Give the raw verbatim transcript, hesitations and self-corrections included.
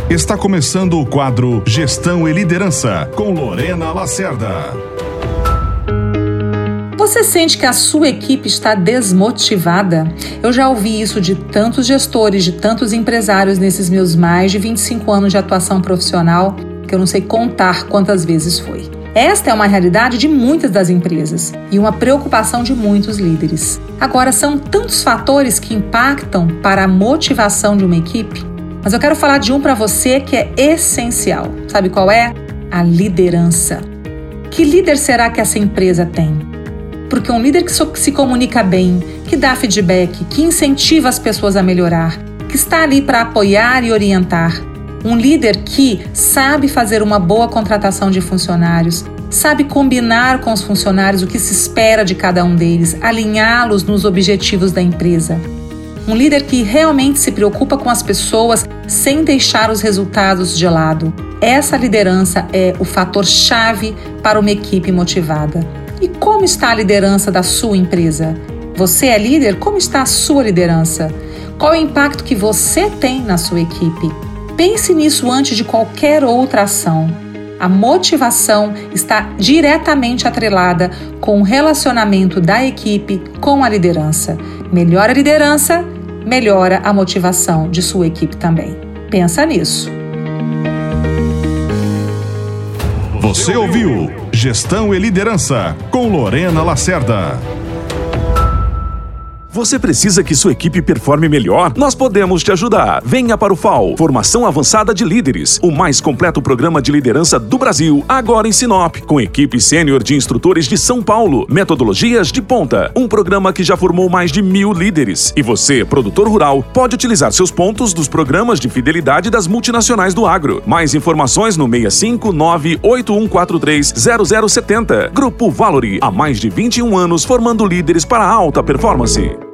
Está começando o quadro Gestão e Liderança, com Lorena Lacerda. Você sente que a sua equipe está desmotivada? Eu já ouvi isso de tantos gestores, de tantos empresários nesses meus mais de vinte e cinco anos de atuação profissional, que eu não sei contar quantas vezes foi. Esta é uma realidade de muitas das empresas e uma preocupação de muitos líderes. Agora, são tantos fatores que impactam para a motivação de uma equipe, mas eu quero falar de um para você que é essencial. Sabe qual é? A liderança. Que líder será que essa empresa tem? Porque um líder que se comunica bem, que dá feedback, que incentiva as pessoas a melhorar, que está ali para apoiar e orientar. Um líder que sabe fazer uma boa contratação de funcionários, sabe combinar com os funcionários o que se espera de cada um deles, alinhá-los nos objetivos da empresa. Um líder que realmente se preocupa com as pessoas sem deixar os resultados de lado. Essa liderança é o fator-chave para uma equipe motivada. E como está a liderança da sua empresa? Você é líder? Como está a sua liderança? Qual é o impacto que você tem na sua equipe? Pense nisso antes de qualquer outra ação. A motivação está diretamente atrelada com o relacionamento da equipe com a liderança. Melhora a liderança, melhora a motivação de sua equipe também. Pensa nisso. Você ouviu Gestão e Liderança, com Lorena Lacerda. Você precisa que sua equipe performe melhor? Nós podemos te ajudar. Venha para o F A U, Formação Avançada de Líderes, o mais completo programa de liderança do Brasil, agora em Sinop, com equipe sênior de instrutores de São Paulo, metodologias de ponta, um programa que já formou mais de mil líderes. E você, produtor rural, pode utilizar seus pontos dos programas de fidelidade das multinacionais do agro. Mais informações no seis cinco nove oito um quatro três zero zero sete zero. Grupo Valori, há mais de vinte e um anos formando líderes para a alta performance.